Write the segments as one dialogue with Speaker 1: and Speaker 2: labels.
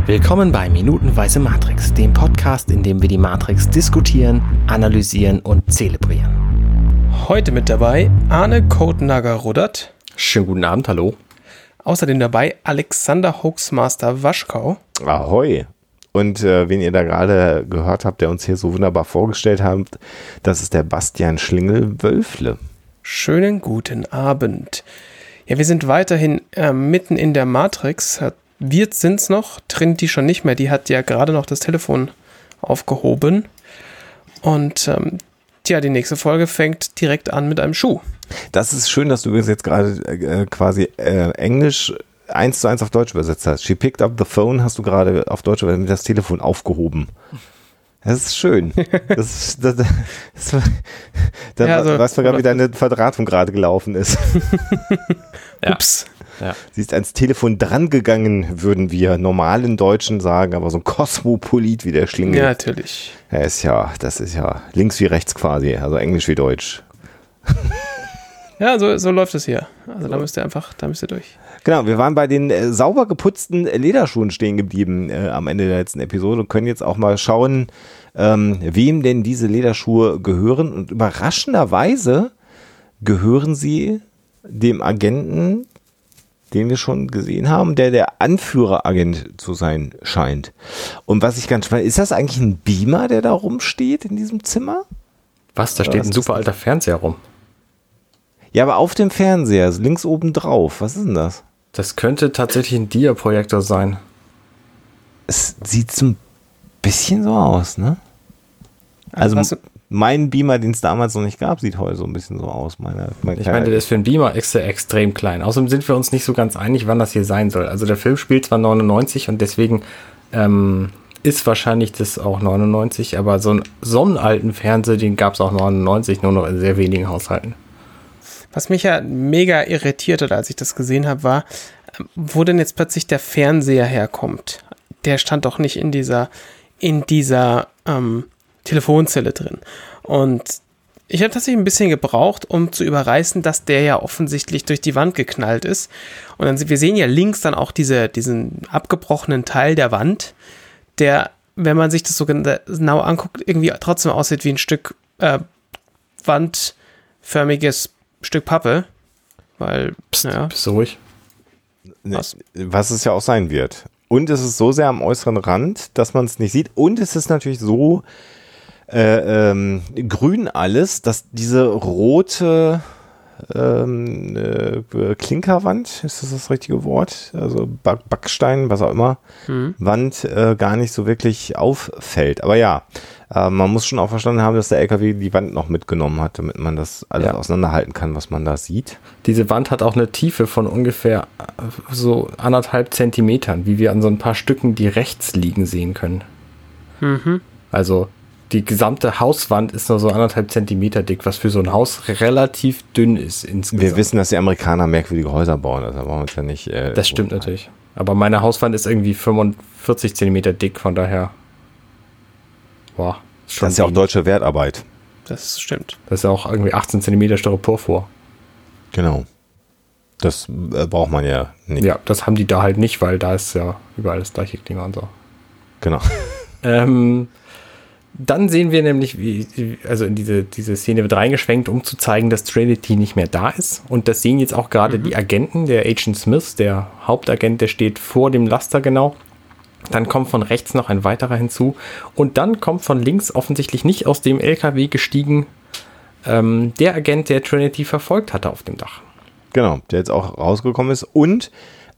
Speaker 1: Willkommen bei Minutenweise Matrix, dem Podcast, in dem wir die Matrix diskutieren, analysieren und zelebrieren.
Speaker 2: Heute mit dabei Arne Codenager-Ruddert.
Speaker 1: Schönen guten Abend, hallo.
Speaker 2: Außerdem dabei Alexander Hoaxmaster Waschkau.
Speaker 3: Ahoi. Und wen ihr da gerade gehört habt, der uns hier so wunderbar vorgestellt hat, das ist der Bastian Schlingel-Wölfle.
Speaker 2: Schönen guten Abend. Ja, wir sind weiterhin mitten in der Matrix. Wir sind's noch, Trinity schon nicht mehr. Die hat ja gerade noch das Telefon aufgehoben. Und die nächste Folge fängt direkt an mit einem Schuh.
Speaker 3: Das ist schön, dass du übrigens jetzt gerade quasi Englisch 1:1 auf Deutsch übersetzt hast. She picked up the phone, hast du gerade auf Deutsch das Telefon aufgehoben. Das ist schön. Weißt du gerade, wie deine Verdrahtung gerade gelaufen ist.
Speaker 2: Ja. Ups.
Speaker 3: Ja. Sie ist ans Telefon drangegangen, würden wir normalen Deutschen sagen, aber so ein Kosmopolit wie der Schlingel.
Speaker 2: Ja, natürlich.
Speaker 3: Das ist ja links wie rechts quasi, also Englisch wie Deutsch.
Speaker 2: Ja, so läuft es hier. Also da müsst ihr durch.
Speaker 3: Genau, wir waren bei den sauber geputzten Lederschuhen stehen geblieben am Ende der letzten Episode und können jetzt auch mal schauen, wem denn diese Lederschuhe gehören. Und überraschenderweise gehören sie dem Agenten, den wir schon gesehen haben, der Anführeragent zu sein scheint. Und was ich ganz spannend, ist das eigentlich ein Beamer, der da rumsteht in diesem Zimmer?
Speaker 1: Was? Da steht ein super alter Fernseher rum.
Speaker 3: Ja, aber auf dem Fernseher, links oben drauf. Was ist denn das?
Speaker 1: Das könnte tatsächlich ein Dia-Projektor sein.
Speaker 3: Es sieht so ein bisschen so aus, ne? Also mein Beamer, den es damals noch nicht gab, sieht heute so ein bisschen so aus.
Speaker 1: Ich meine, der ist für einen Beamer extrem klein. Außerdem sind wir uns nicht so ganz einig, wann das hier sein soll. Also der Film spielt zwar 99 und deswegen ist wahrscheinlich das auch 99, aber so einen alten Fernseher, den gab es auch 99, nur noch in sehr wenigen Haushalten.
Speaker 2: Was mich ja mega irritiert hat, als ich das gesehen habe, war, wo denn jetzt plötzlich der Fernseher herkommt. Der stand doch nicht in dieser Telefonzelle drin. Und ich habe tatsächlich ein bisschen gebraucht, um zu überreißen, dass der ja offensichtlich durch die Wand geknallt ist. Und dann wir sehen ja links dann auch diesen abgebrochenen Teil der Wand, der, wenn man sich das so genau anguckt, irgendwie trotzdem aussieht wie ein Stück wandförmiges Stück Pappe. Weil,
Speaker 1: bist du ruhig?
Speaker 3: Was es ja auch sein wird. Und es ist so sehr am äußeren Rand, dass man es nicht sieht. Und es ist natürlich so grün alles, dass diese rote Klinkerwand, ist das richtige Wort? Also Backstein, was auch immer, Wand gar nicht so wirklich auffällt. Aber ja, man muss schon auch verstanden haben, dass der LKW die Wand noch mitgenommen hat, damit man das alles auseinanderhalten kann, was man da sieht.
Speaker 1: Diese Wand hat auch eine Tiefe von ungefähr so 1,5 Zentimetern, wie wir an so ein paar Stücken, die rechts liegen, sehen können. Mhm. Also die gesamte Hauswand ist nur so 1,5 Zentimeter dick, was für so ein Haus relativ dünn ist insgesamt.
Speaker 3: Wir wissen, dass die Amerikaner merkwürdige Häuser bauen, also brauchen wir uns ja nicht...
Speaker 1: das stimmt natürlich. Aber meine Hauswand ist irgendwie 45 Zentimeter dick, von daher... Boah,
Speaker 3: das ist ja auch deutsche Wertarbeit.
Speaker 2: Das stimmt.
Speaker 1: Das ist ja auch irgendwie 18 Zentimeter Styropor vor.
Speaker 3: Genau. Das braucht man ja nicht.
Speaker 1: Ja, das haben die da halt nicht, weil da ist ja überall das gleiche Klima und so.
Speaker 3: Genau.
Speaker 1: Dann sehen wir nämlich, also in diese Szene wird reingeschwenkt, um zu zeigen, dass Trinity nicht mehr da ist. Und das sehen jetzt auch gerade die Agenten, der Agent Smith, der Hauptagent, der steht vor dem Laster genau. Dann kommt von rechts noch ein weiterer hinzu. Und dann kommt von links offensichtlich nicht aus dem LKW gestiegen der Agent, der Trinity verfolgt hatte auf dem Dach.
Speaker 3: Genau, der jetzt auch rausgekommen ist. Und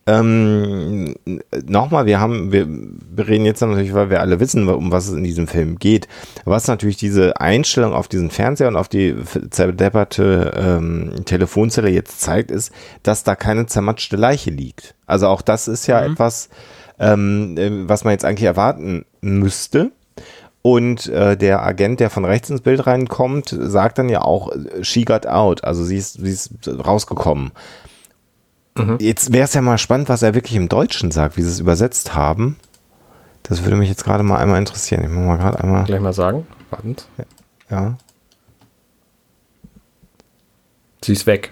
Speaker 3: nochmal, wir reden jetzt natürlich, weil wir alle wissen, um was es in diesem Film geht, was natürlich diese Einstellung auf diesen Fernseher und auf die zerdepperte Telefonzelle jetzt zeigt, ist, dass da keine zermatschte Leiche liegt. Also auch das ist ja etwas, was man jetzt eigentlich erwarten müsste. Und der Agent, der von rechts ins Bild reinkommt, sagt dann ja auch, she got out, also sie ist rausgekommen. Jetzt wäre es ja mal spannend, was er wirklich im Deutschen sagt, wie sie es übersetzt haben. Das würde mich jetzt gerade mal einmal interessieren. Ich muss mal gerade einmal...
Speaker 1: Gleich mal sagen. Wartend.
Speaker 3: Ja.
Speaker 1: Sie ist weg.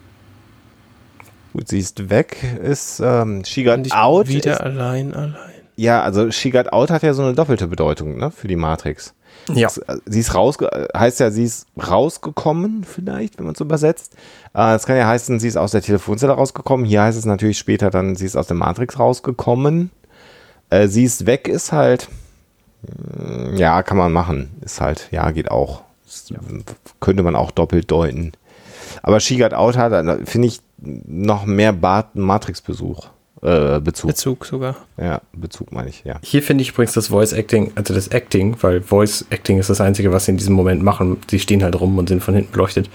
Speaker 3: Gut, sie ist weg, ist she got out.
Speaker 2: Wieder allein.
Speaker 3: Ja, also She Got Out hat ja so eine doppelte Bedeutung, ne, für die Matrix.
Speaker 1: Ja.
Speaker 3: Sie ist heißt ja, sie ist rausgekommen, vielleicht, wenn man es übersetzt. Das kann ja heißen, sie ist aus der Telefonzelle rausgekommen. Hier heißt es natürlich später dann, sie ist aus der Matrix rausgekommen. Sie ist weg, ist halt, ja, kann man machen. Ist halt, ja, geht auch. Könnte man auch doppelt deuten. Aber She Got Out hat, finde ich, noch mehr Matrix-Bezug.
Speaker 2: Bezug sogar.
Speaker 3: Ja, Bezug meine ich, ja.
Speaker 1: Hier finde ich übrigens das Voice Acting, also das Acting, weil Voice Acting ist das Einzige, was sie in diesem Moment machen. Sie stehen halt rum und sind von hinten beleuchtet.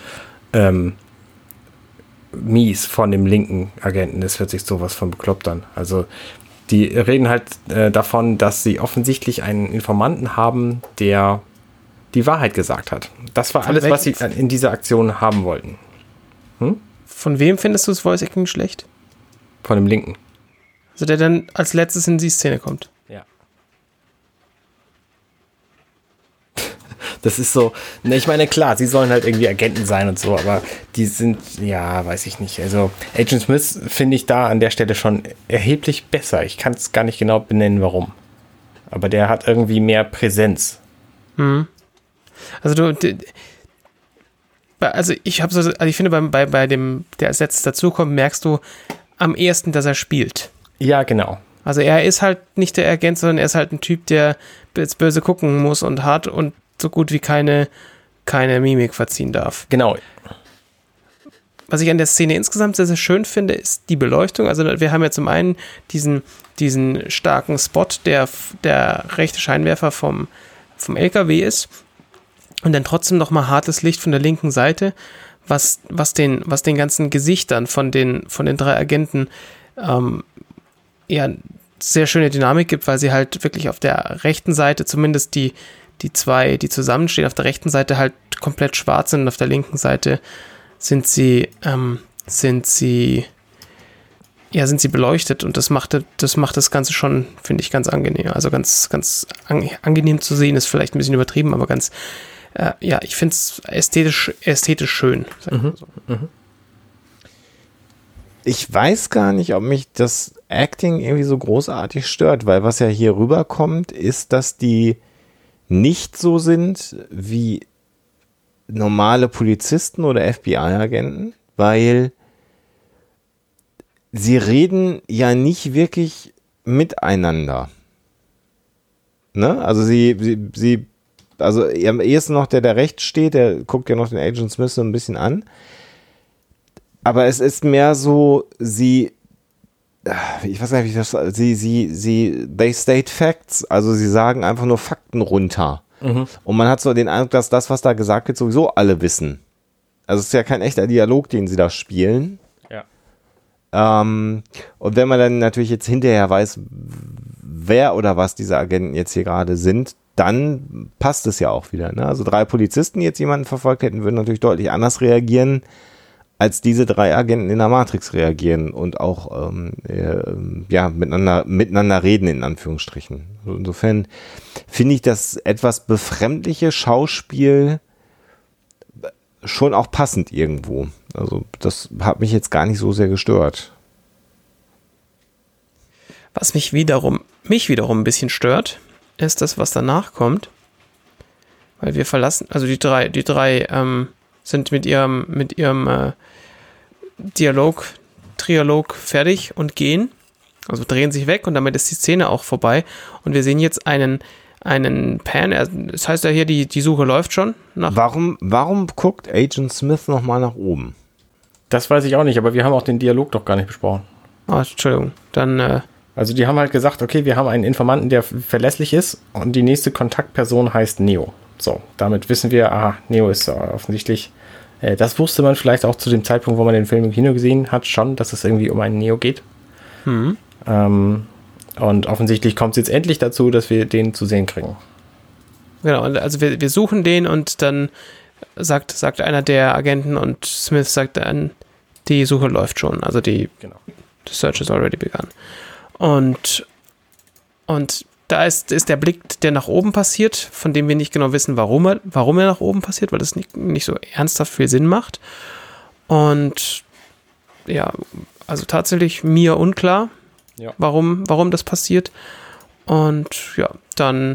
Speaker 1: Mies von dem linken Agenten. Das hört sich sowas von bekloppt an. Also die reden halt davon, dass sie offensichtlich einen Informanten haben, der die Wahrheit gesagt hat. Das war alles, was sie in dieser Aktion haben wollten.
Speaker 2: Von wem findest du das Voice Acting schlecht?
Speaker 1: Von dem linken.
Speaker 2: Also der dann als letztes in die Szene kommt.
Speaker 1: Ja. Das ist so, ne, ich meine, klar, sie sollen halt irgendwie Agenten sein und so, aber die sind, ja, weiß ich nicht. Also Agent Smith finde ich da an der Stelle schon erheblich besser. Ich kann es gar nicht genau benennen, warum. Aber der hat irgendwie mehr Präsenz.
Speaker 2: Mhm. Also ich finde bei dem, der als letztes dazukommt, merkst du am ehesten, dass er spielt.
Speaker 1: Ja, genau.
Speaker 2: Also er ist halt nicht der Agent, sondern er ist halt ein Typ, der jetzt böse gucken muss und hart und so gut wie keine Mimik verziehen darf.
Speaker 1: Genau.
Speaker 2: Was ich an der Szene insgesamt sehr, sehr schön finde, ist die Beleuchtung. Also wir haben ja zum einen diesen starken Spot, der rechte Scheinwerfer vom LKW ist und dann trotzdem nochmal hartes Licht von der linken Seite, was den ganzen Gesichtern von den 3 Agenten sehr schöne Dynamik gibt, weil sie halt wirklich auf der rechten Seite, zumindest die 2, die zusammenstehen, auf der rechten Seite halt komplett schwarz sind und auf der linken Seite sind sie beleuchtet und das macht das Ganze schon, finde ich, ganz angenehm. Also ganz, ganz angenehm zu sehen, ist vielleicht ein bisschen übertrieben, aber ganz, ich finde es ästhetisch schön. Sag ich mal so.
Speaker 3: Ich weiß gar nicht, ob mich das Acting irgendwie so großartig stört, weil was ja hier rüberkommt, ist, dass die nicht so sind wie normale Polizisten oder FBI-Agenten, weil sie reden ja nicht wirklich miteinander. Ne? Also also am ehesten noch der rechts steht, der guckt ja noch den Agent Smith so ein bisschen an. Aber es ist mehr so, ich weiß gar nicht, wie das, they state facts, also sie sagen einfach nur Fakten runter. Mhm. Und man hat so den Eindruck, dass das, was da gesagt wird, sowieso alle wissen. Also es ist ja kein echter Dialog, den sie da spielen.
Speaker 1: Ja.
Speaker 3: Und wenn man dann natürlich jetzt hinterher weiß, wer oder was diese Agenten jetzt hier gerade sind, dann passt es ja auch wieder. Ne? Also 3 Polizisten, die jetzt jemanden verfolgt hätten, würden natürlich deutlich anders reagieren, als diese 3 Agenten in der Matrix reagieren und auch miteinander reden, in Anführungsstrichen. Also insofern finde ich das etwas befremdliche Schauspiel schon auch passend irgendwo. Also das hat mich jetzt gar nicht so sehr gestört.
Speaker 2: Was mich wiederum ein bisschen stört, ist das, was danach kommt. Weil wir verlassen, also die drei sind mit ihrem Trialog fertig und gehen, also drehen sich weg und damit ist die Szene auch vorbei und wir sehen jetzt einen Pan, das heißt ja hier, die Suche läuft schon.
Speaker 3: Warum guckt Agent Smith nochmal nach oben?
Speaker 1: Das weiß ich auch nicht, aber wir haben auch den Dialog doch gar nicht besprochen.
Speaker 2: Entschuldigung, dann
Speaker 1: also die haben halt gesagt, okay, wir haben einen Informanten, der verlässlich ist und die nächste Kontaktperson heißt Neo. So, damit wissen wir, Neo ist offensichtlich, das wusste man vielleicht auch zu dem Zeitpunkt, wo man den Film im Kino gesehen hat, schon, dass es irgendwie um einen Neo geht. Und offensichtlich kommt es jetzt endlich dazu, dass wir den zu sehen kriegen.
Speaker 2: Genau, also wir suchen den und dann sagt einer der Agenten und Smith sagt dann, die Suche läuft schon, also the search has already begun. Und da ist der Blick, der nach oben passiert, von dem wir nicht genau wissen, warum er nach oben passiert, weil das nicht so ernsthaft viel Sinn macht. Und ja, also tatsächlich mir unklar, warum das passiert. Und ja, dann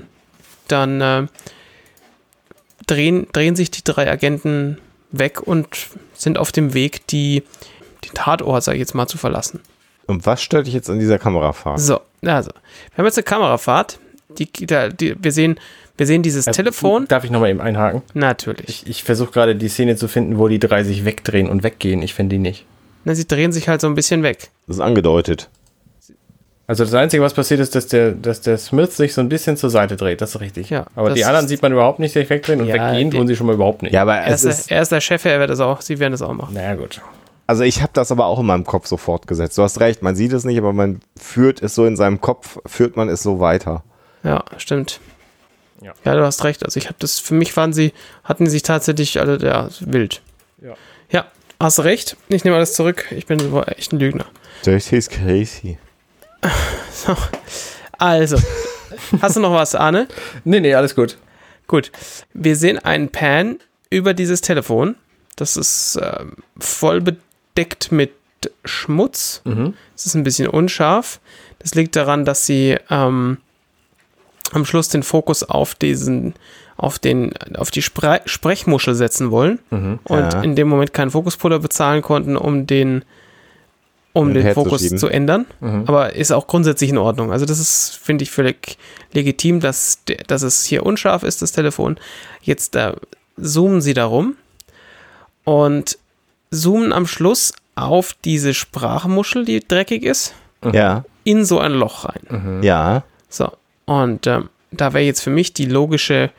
Speaker 2: drehen sich die 3 Agenten weg und sind auf dem Weg, den Tatort, sag ich jetzt mal, zu verlassen.
Speaker 3: Und was stört dich jetzt an dieser Kamerafahrt?
Speaker 2: So, also, wir haben jetzt eine Kamerafahrt. Wir sehen dieses Telefon.
Speaker 1: Darf ich nochmal eben einhaken?
Speaker 2: Natürlich.
Speaker 1: Ich versuche gerade die Szene zu finden, wo die 3 sich wegdrehen und weggehen. Ich finde die nicht.
Speaker 2: Na, sie drehen sich halt so ein bisschen weg.
Speaker 3: Das ist angedeutet.
Speaker 1: Also das Einzige, was passiert ist, dass der Smith sich so ein bisschen zur Seite dreht. Das ist richtig.
Speaker 2: Ja,
Speaker 1: aber die anderen sieht man überhaupt nicht sich wegdrehen und weggehen tun sie schon mal überhaupt nicht.
Speaker 3: Ja, aber
Speaker 2: er ist der Chef, sie werden das auch machen.
Speaker 1: Naja, gut.
Speaker 3: Also ich habe das aber auch in meinem Kopf so fortgesetzt. Du hast recht, man sieht es nicht, aber man führt es so in seinem Kopf, führt man es so weiter.
Speaker 2: Ja, stimmt. Ja, du hast recht. Also für mich hatten die sich tatsächlich alle wild. Ja, hast recht. Ich nehme alles zurück. Ich bin so echt ein Lügner.
Speaker 3: Das ist crazy.
Speaker 2: So. Also, hast du noch was, Arne?
Speaker 1: Nee, alles gut.
Speaker 2: Gut. Wir sehen einen Pan über dieses Telefon. Das ist voll bedeckt mit Schmutz. Es ist ein bisschen unscharf. Das liegt daran, dass sie am Schluss den Fokus auf die Sprechmuschel setzen wollen und in dem Moment keinen Fokuspuller bezahlen konnten, um den Fokus zu ändern. Aber ist auch grundsätzlich in Ordnung. Also das ist, finde ich, völlig legitim, dass es hier unscharf ist, das Telefon. Jetzt zoomen sie darum und zoomen am Schluss auf diese Sprachmuschel, die dreckig ist, in so ein Loch rein.
Speaker 3: Ja.
Speaker 2: So, und da wäre jetzt für mich die logische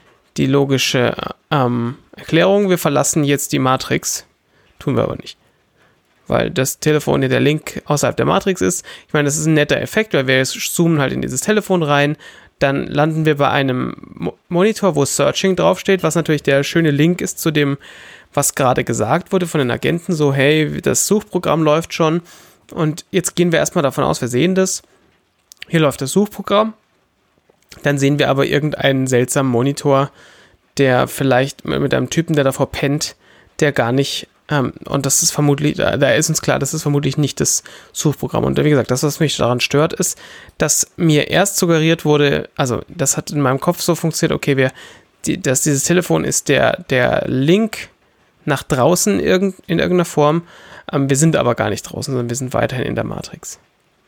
Speaker 2: Erklärung, wir verlassen jetzt die Matrix. Tun wir aber nicht. Weil das Telefon, der Link außerhalb der Matrix ist. Ich meine, das ist ein netter Effekt, weil wir zoomen halt in dieses Telefon rein. Dann landen wir bei einem Monitor, wo Searching draufsteht, was natürlich der schöne Link ist zu dem, was gerade gesagt wurde von den Agenten. So, hey, das Suchprogramm läuft schon. Und jetzt gehen wir erstmal davon aus, wir sehen das. Hier läuft das Suchprogramm. Dann sehen wir aber irgendeinen seltsamen Monitor, der vielleicht mit einem Typen, der davor pennt, der gar nicht, und das ist vermutlich, da ist uns klar, das ist vermutlich nicht das Suchprogramm. Und wie gesagt, das, was mich daran stört, ist, dass mir erst suggeriert wurde, also das hat in meinem Kopf so funktioniert, okay, dass dieses Telefon ist der Link nach draußen in irgendeiner Form. Wir sind aber gar nicht draußen, sondern wir sind weiterhin in der Matrix.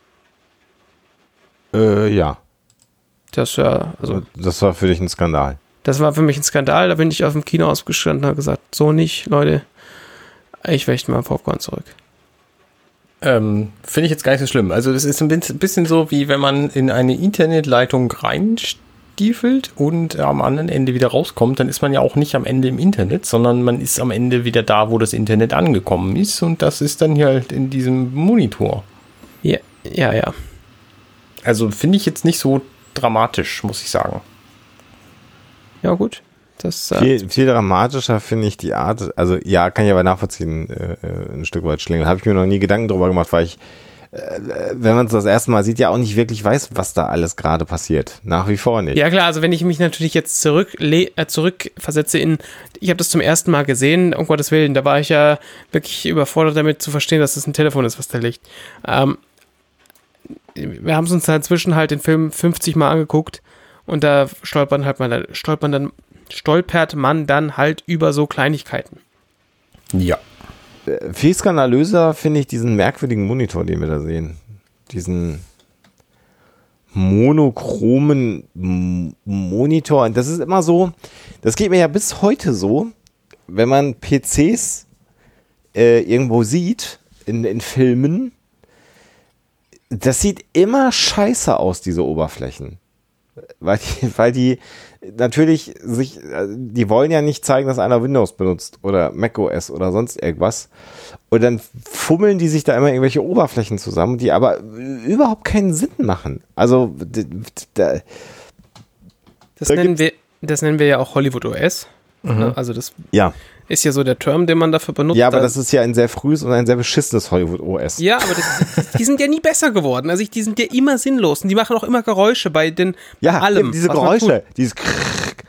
Speaker 3: Ja.
Speaker 2: Das
Speaker 3: war für dich ein Skandal.
Speaker 2: Das war für mich ein Skandal. Da bin ich aus dem Kino ausgestanden und habe gesagt, so nicht, Leute. Ich möchte mal Popcorn zurück.
Speaker 1: Finde ich jetzt gar nicht so schlimm. Also das ist ein bisschen so, wie wenn man in eine Internetleitung reinstiefelt und am anderen Ende wieder rauskommt, dann ist man ja auch nicht am Ende im Internet, sondern man ist am Ende wieder da, wo das Internet angekommen ist, und das ist dann hier halt in diesem Monitor.
Speaker 2: Ja.
Speaker 1: Also finde ich jetzt nicht so dramatisch, muss ich sagen.
Speaker 2: Ja, gut. Das,
Speaker 3: viel dramatischer finde ich die Art, also ja, kann ich aber nachvollziehen, ein Stück weit Schlingel. Habe ich mir noch nie Gedanken drüber gemacht, weil ich, wenn man es das erste Mal sieht, ja auch nicht wirklich weiß, was da alles gerade passiert. Nach wie vor nicht.
Speaker 2: Ja klar, also wenn ich mich natürlich jetzt zurückversetze ich habe das zum ersten Mal gesehen, um Gottes Willen, da war ich ja wirklich überfordert damit zu verstehen, dass das ein Telefon ist, was da liegt. Wir haben es uns inzwischen halt den Film 50 Mal angeguckt und da stolpert man dann halt über so Kleinigkeiten.
Speaker 1: Ja.
Speaker 3: Viel skandalöser finde ich diesen merkwürdigen Monitor, den wir da sehen. Diesen monochromen Monitor. Und das ist immer so, das geht mir ja bis heute so, wenn man PCs irgendwo sieht, in Filmen, das sieht immer scheiße aus, diese Oberflächen. Weil die natürlich die wollen ja nicht zeigen, dass einer Windows benutzt oder macOS oder sonst irgendwas. Und dann fummeln die sich da immer irgendwelche Oberflächen zusammen, die aber überhaupt keinen Sinn machen. Also
Speaker 2: das nennen wir ja auch Hollywood OS. Also das ist ja so der Term, den man dafür benutzt.
Speaker 3: Ja, aber das ist ja ein sehr frühes und ein sehr beschissenes Hollywood OS.
Speaker 2: Ja, aber die sind ja nie besser geworden. Also die sind ja immer sinnlos und die machen auch immer Geräusche bei allem.
Speaker 3: Diese Geräusche, dieses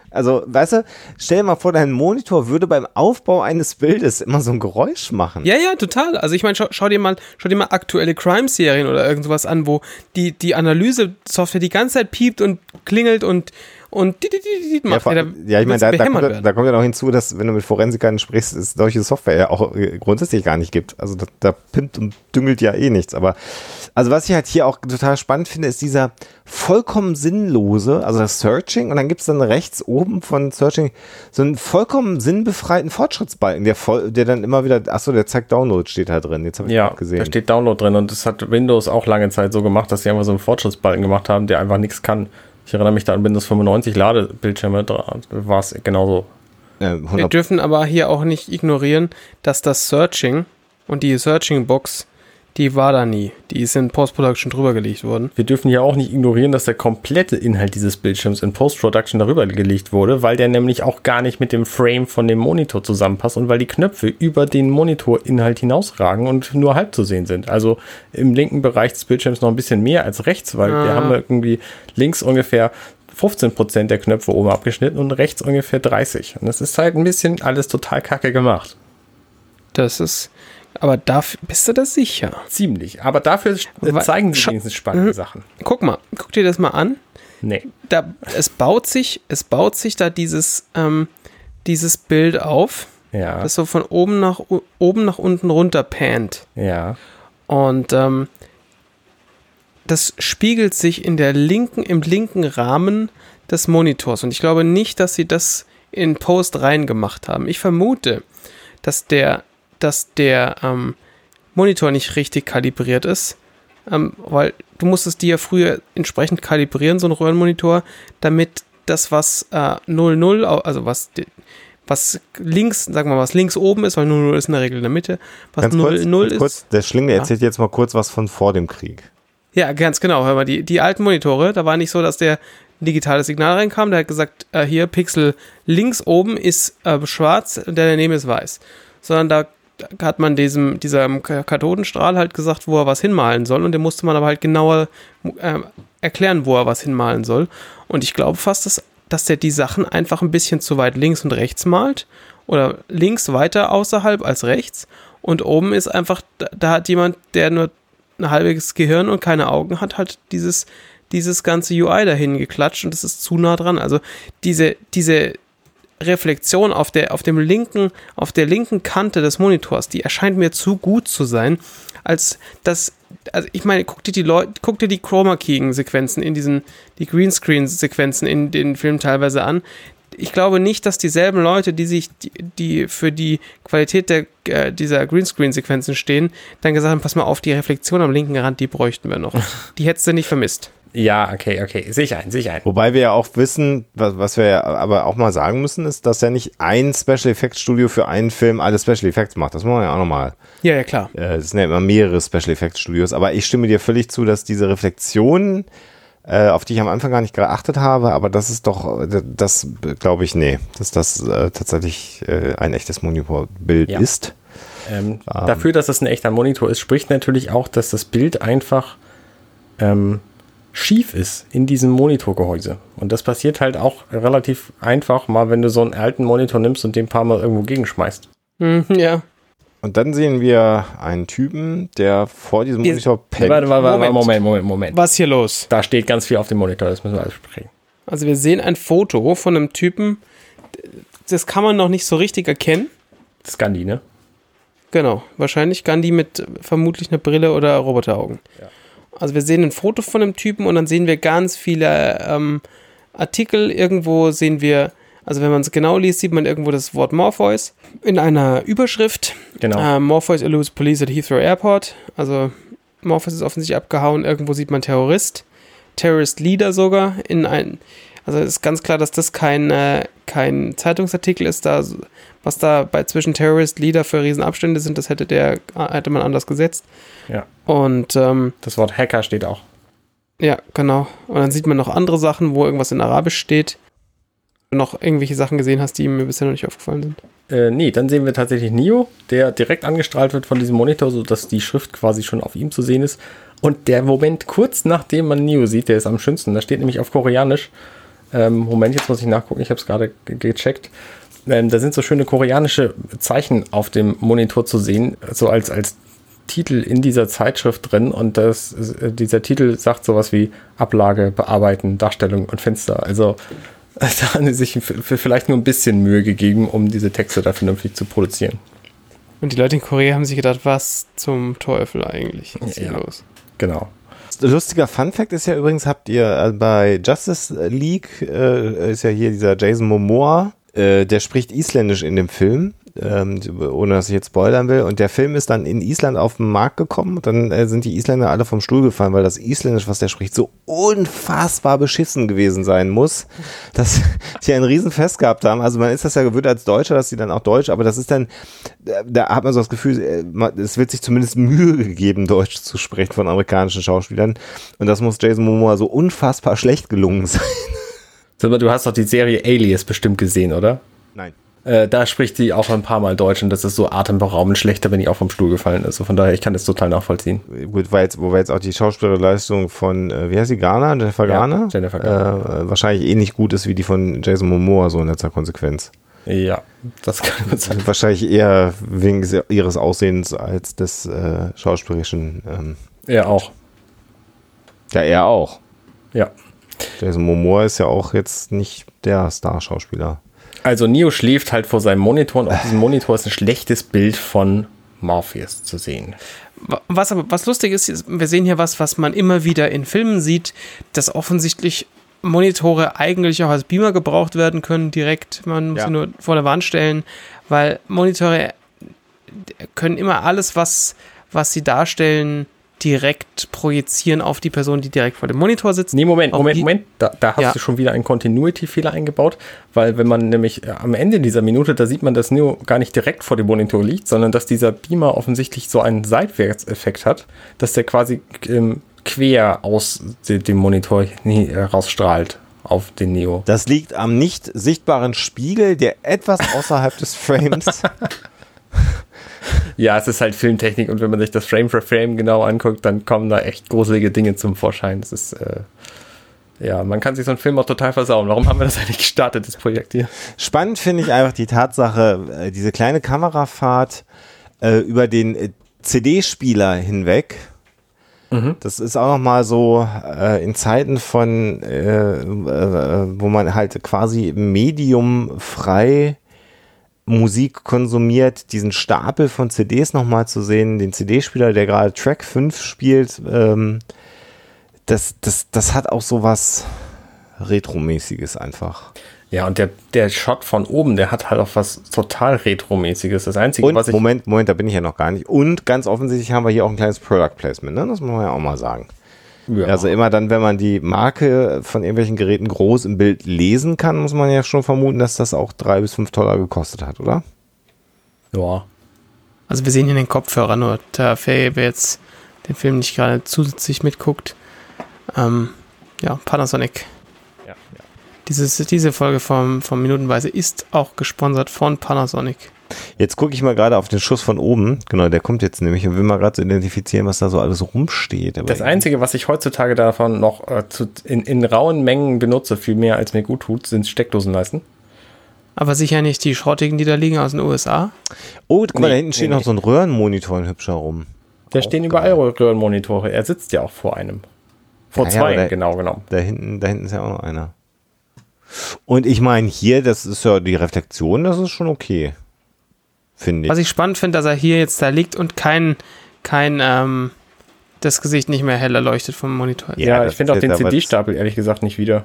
Speaker 3: Also, weißt du, stell dir mal vor, dein Monitor würde beim Aufbau eines Bildes immer so ein Geräusch machen.
Speaker 2: Ja, total. Also ich meine, schau dir mal aktuelle Crime-Serien oder irgendwas an, wo die Analyse-Software die ganze Zeit piept und klingelt und macht.
Speaker 3: Ja, ich meine, da kommt ja noch hinzu, dass wenn du mit Forensikern sprichst, es solche Software ja auch grundsätzlich gar nicht gibt. Also da pimpt und düngelt ja eh nichts. Aber also was ich halt hier auch total spannend finde, ist dieser vollkommen sinnlose, also das Searching, und dann gibt es dann rechts oben von Searching so einen vollkommen sinnbefreiten Fortschrittsbalken, der dann immer wieder, achso, der zeigt Download, steht da drin. Jetzt habe ich
Speaker 1: ja,
Speaker 3: gesehen.
Speaker 1: Da steht Download drin und das hat Windows auch lange Zeit so gemacht, dass sie einfach so einen Fortschrittsbalken gemacht haben, der einfach nichts kann. Ich erinnere mich da an Windows 95 Ladebildschirme, da war es genauso.
Speaker 2: Wir dürfen aber hier auch nicht ignorieren, dass das Searching und die Searching-Box, die war da nie. Die ist in Post-Production drüber gelegt worden.
Speaker 1: Wir dürfen hier auch nicht ignorieren, dass der komplette Inhalt dieses Bildschirms in Post-Production darüber gelegt wurde, weil der nämlich auch gar nicht mit dem Frame von dem Monitor zusammenpasst und weil die Knöpfe über den Monitorinhalt hinausragen und nur halb zu sehen sind. Also im linken Bereich des Bildschirms noch ein bisschen mehr als rechts, weil wir haben irgendwie links ungefähr 15% der Knöpfe oben abgeschnitten und rechts ungefähr 30%. Und das ist halt ein bisschen alles total kacke gemacht.
Speaker 2: Aber dafür bist du da sicher?
Speaker 1: Ziemlich. Aber dafür zeigen sie wenigstens spannende Sachen.
Speaker 2: Guck dir das mal an.
Speaker 1: Nee.
Speaker 2: Es baut sich da dieses Bild auf, das so von oben nach unten runter pannt.
Speaker 1: Ja.
Speaker 2: Und das spiegelt sich im linken Rahmen des Monitors. Und ich glaube nicht, dass sie das in Post reingemacht haben. Ich vermute, dass der Monitor nicht richtig kalibriert ist, weil du musstest die ja früher entsprechend kalibrieren, so ein Röhrenmonitor, damit das, was 00, also was links, sagen wir mal, was links oben ist, weil 00 ist in der Regel in der Mitte, was 00 ist.
Speaker 3: Kurz, der Schlinge erzählt jetzt mal kurz was von vor dem Krieg.
Speaker 2: Ja, ganz genau. Hör mal, die alten Monitore, da war nicht so, dass der digitales Signal reinkam, der hat gesagt, hier Pixel links oben ist schwarz und der daneben ist weiß. Sondern da hat man diesem Kathodenstrahl halt gesagt, wo er was hinmalen soll, und dem musste man aber halt genauer erklären, wo er was hinmalen soll. Und ich glaube fast, dass der die Sachen einfach ein bisschen zu weit links und rechts malt oder links weiter außerhalb als rechts, und oben ist einfach, da hat jemand, der nur ein halbes Gehirn und keine Augen hat, halt dieses ganze UI dahin geklatscht, und das ist zu nah dran. Also diese Reflexion auf der linken Kante des Monitors, die erscheint mir zu gut zu sein, als das, also ich meine, guck dir die Chroma-Keying-Sequenzen die Greenscreen-Sequenzen in den Filmen teilweise an. Ich glaube nicht, dass dieselben Leute, die für die Qualität dieser Greenscreen-Sequenzen stehen, dann gesagt haben, pass mal auf, die Reflexion am linken Rand, die bräuchten wir noch. Die hättest du nicht vermisst.
Speaker 1: Ja, okay, sehe ich ein.
Speaker 3: Wobei wir ja auch wissen, was wir ja aber auch mal sagen müssen, ist, dass ja nicht ein Special Effects Studio für einen Film alle Special Effects macht. Das muss man ja auch nochmal.
Speaker 2: Ja, klar.
Speaker 3: Es sind ja immer mehrere Special Effects Studios, aber ich stimme dir völlig zu, dass diese Reflexionen, auf die ich am Anfang gar nicht geachtet habe, aber das ist doch, das glaube ich, dass das tatsächlich ein echtes Monitorbild ist.
Speaker 1: Dafür, dass das ein echter Monitor ist, spricht natürlich auch, dass das Bild einfach schief ist in diesem Monitorgehäuse. Und das passiert halt auch relativ einfach mal, wenn du so einen alten Monitor nimmst und den ein paar Mal irgendwo gegenschmeißt.
Speaker 2: Ja.
Speaker 3: Und dann sehen wir einen Typen, der vor diesem Monitor pennt.
Speaker 1: Moment.
Speaker 2: Was ist hier los?
Speaker 1: Da steht ganz viel auf dem Monitor, das müssen wir alles besprechen.
Speaker 2: Also wir sehen ein Foto von einem Typen, das kann man noch nicht so richtig erkennen.
Speaker 1: Das ist Gandhi, ne?
Speaker 2: Genau, wahrscheinlich Gandhi mit vermutlich einer Brille oder Roboteraugen. Ja. Also wir sehen ein Foto von einem Typen und dann sehen wir ganz viele Artikel. Irgendwo sehen wir, also wenn man es genau liest, sieht man irgendwo das Wort Morpheus in einer Überschrift.
Speaker 1: Genau.
Speaker 2: Morpheus eludes police at Heathrow Airport. Also Morpheus ist offensichtlich abgehauen. Irgendwo sieht man Terrorist Leader sogar. Also es ist ganz klar, dass das kein Zeitungsartikel ist, was da zwischen Terrorist Leader für Riesenabstände sind, das hätte man anders gesetzt.
Speaker 1: Ja.
Speaker 2: Und
Speaker 1: das Wort Hacker steht auch.
Speaker 2: Ja, genau. Und dann sieht man noch andere Sachen, wo irgendwas in Arabisch steht. Du noch irgendwelche Sachen gesehen hast, die mir bisher noch nicht aufgefallen sind.
Speaker 1: Nee, dann sehen wir tatsächlich Neo, der direkt angestrahlt wird von diesem Monitor, sodass die Schrift quasi schon auf ihm zu sehen ist. Und der Moment kurz nachdem man Neo sieht, der ist am schönsten. Da steht nämlich auf Koreanisch Moment, jetzt muss ich nachgucken, ich habe es gerade gecheckt. Da sind so schöne koreanische Zeichen auf dem Monitor zu sehen, so als Titel in dieser Zeitschrift drin, und dieser Titel sagt sowas wie Ablage, Bearbeiten, Darstellung und Fenster. Also da haben sie sich vielleicht nur ein bisschen Mühe gegeben, um diese Texte da vernünftig zu produzieren.
Speaker 2: Und die Leute in Korea haben sich gedacht, was zum Teufel eigentlich ist hier los?
Speaker 1: Genau.
Speaker 3: Lustiger Funfact ist ja übrigens, habt ihr bei Justice League, ist ja hier dieser Jason Momoa, der spricht Isländisch in dem Film, ohne dass ich jetzt spoilern will. Und der Film ist dann in Island auf den Markt gekommen. Und dann sind die Isländer alle vom Stuhl gefallen, weil das Isländisch, was der spricht, so unfassbar beschissen gewesen sein muss, dass sie ein Riesenfest gehabt haben. Also man ist das ja gewöhnt als Deutscher, dass sie dann auch Deutsch, aber das ist dann, da hat man so das Gefühl, es wird sich zumindest Mühe gegeben, Deutsch zu sprechen von amerikanischen Schauspielern. Und das muss Jason Momoa so unfassbar schlecht gelungen sein.
Speaker 1: Aber du hast doch die Serie Alias bestimmt gesehen, oder?
Speaker 3: Nein.
Speaker 1: Da spricht sie auch ein paar Mal Deutsch, und das ist so atemberaubend schlecht, da bin ich auch vom Stuhl gefallen. Also von daher, ich kann das total nachvollziehen.
Speaker 3: Gut, wo wir jetzt auch die Schauspielerleistung von, wie heißt sie, Jennifer Garner?
Speaker 1: Jennifer Garner.
Speaker 3: Wahrscheinlich ähnlich gut ist wie die von Jason Momoa, so in letzter Konsequenz.
Speaker 1: Ja, das kann gut sein.
Speaker 3: Wahrscheinlich eher wegen ihres Aussehens als des schauspielerischen.
Speaker 1: Er auch.
Speaker 3: Ja, er auch.
Speaker 1: Ja.
Speaker 3: Jason Momoa ist ja auch jetzt nicht der Star-Schauspieler.
Speaker 1: Also Neo schläft halt vor seinem Monitor, und auf diesem Monitor ist ein schlechtes Bild von Morpheus zu sehen.
Speaker 2: Was lustig ist, wir sehen hier was man immer wieder in Filmen sieht, dass offensichtlich Monitore eigentlich auch als Beamer gebraucht werden können, direkt. Man muss sie nur vor der Wand stellen, weil Monitore können immer alles, was sie darstellen, direkt projizieren auf die Person, die direkt vor dem Monitor sitzt.
Speaker 1: Nee, Moment. Da hast du schon wieder einen Continuity-Fehler eingebaut, weil wenn man nämlich am Ende dieser Minute, da sieht man, dass Neo gar nicht direkt vor dem Monitor liegt, sondern dass dieser Beamer offensichtlich so einen Seitwärtseffekt hat, dass der quasi quer aus dem Monitor rausstrahlt auf den Neo.
Speaker 3: Das liegt am nicht sichtbaren Spiegel, der etwas außerhalb des Frames.
Speaker 1: Ja, es ist halt Filmtechnik, und wenn man sich das Frame für Frame genau anguckt, dann kommen da echt gruselige Dinge zum Vorschein. Das ist, man kann sich so einen Film auch total versauen. Warum haben wir das eigentlich gestartet, das Projekt hier?
Speaker 3: Spannend finde ich einfach die Tatsache, diese kleine Kamerafahrt über den CD-Spieler hinweg. Mhm. Das ist auch nochmal so in Zeiten von, wo man halt quasi mediumfrei Musik konsumiert, diesen Stapel von CDs nochmal zu sehen, den CD-Spieler, der gerade Track 5 spielt, das hat auch so was Retro-mäßiges einfach.
Speaker 1: Ja, und der Shot von oben, der hat halt auch was total Retro-mäßiges. Das Einzige,
Speaker 3: und
Speaker 1: was ich...
Speaker 3: Moment, da bin ich ja noch gar nicht. Und ganz offensichtlich haben wir hier auch ein kleines Product Placement, ne? Das muss man ja auch mal sagen. Ja. Also immer dann, wenn man die Marke von irgendwelchen Geräten groß im Bild lesen kann, muss man ja schon vermuten, dass das auch $3 bis $5 gekostet hat, oder?
Speaker 1: Ja.
Speaker 2: Also wir sehen hier den Kopfhörer, nur wer jetzt den Film nicht gerade zusätzlich mitguckt. Panasonic.
Speaker 1: Ja.
Speaker 2: Diese Folge vom Minutenweise ist auch gesponsert von Panasonic.
Speaker 3: Jetzt gucke ich mal gerade auf den Schuss von oben. Genau, der kommt jetzt nämlich und will mal gerade so identifizieren, was da so alles rumsteht. Aber
Speaker 1: das Einzige, was ich heutzutage davon noch in rauen Mengen benutze, viel mehr als mir gut tut, sind Steckdosenleisten.
Speaker 2: Aber sicher nicht die schrottigen, die da liegen aus den USA?
Speaker 3: Oh, guck mal, da hinten steht noch so ein Röhrenmonitor, ein hübscher rum.
Speaker 1: Da stehen überall Röhrenmonitore. Er sitzt ja auch vor einem. Vor zwei, genau genommen.
Speaker 3: Da hinten ist ja auch noch einer. Und ich meine, hier, das ist ja die Reflexion, das ist schon okay. Finde ich.
Speaker 2: Was ich spannend finde, dass er hier jetzt da liegt und kein das Gesicht nicht mehr heller leuchtet vom Monitor.
Speaker 1: Ja, ich finde auch den CD-Stapel ehrlich gesagt nicht wieder.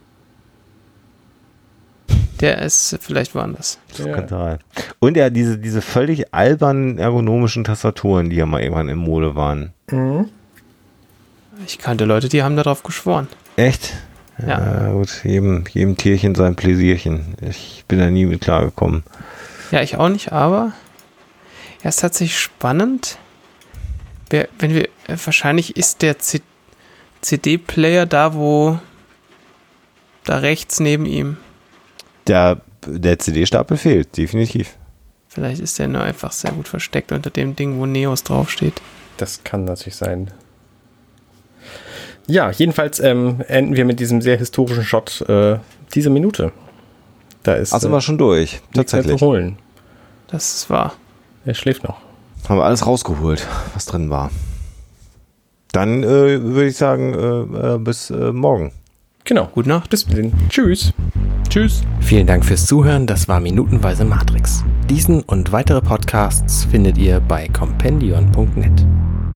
Speaker 2: Der ist vielleicht woanders.
Speaker 3: Ja. Und ja, diese völlig albernen ergonomischen Tastaturen, die ja mal irgendwann in Mode waren.
Speaker 2: Mhm. Ich kannte Leute, die haben darauf geschworen.
Speaker 3: Echt? Ja. Gut, jedem Tierchen sein Pläsierchen. Ich bin da nie mit klargekommen.
Speaker 2: Ja, ich auch nicht, aber ja, es ist tatsächlich spannend. Wahrscheinlich ist der CD-Player da rechts neben ihm.
Speaker 3: Der CD-Stapel fehlt, definitiv.
Speaker 2: Vielleicht ist der nur einfach sehr gut versteckt unter dem Ding, wo Neos draufsteht.
Speaker 1: Das kann natürlich sein. Ja, jedenfalls enden wir mit diesem sehr historischen Shot diese Minute. Da ist
Speaker 3: sind wir schon durch. Tatsächlich.
Speaker 1: Zu holen.
Speaker 2: Das ist wahr.
Speaker 1: Er schläft noch.
Speaker 3: Haben wir alles rausgeholt, was drin war. Dann würde ich sagen, bis morgen.
Speaker 1: Genau.
Speaker 2: Gute Nacht.
Speaker 1: Bis dann. Tschüss.
Speaker 2: Tschüss.
Speaker 1: Vielen Dank fürs Zuhören. Das war Minutenweise Matrix. Diesen und weitere Podcasts findet ihr bei compendion.net.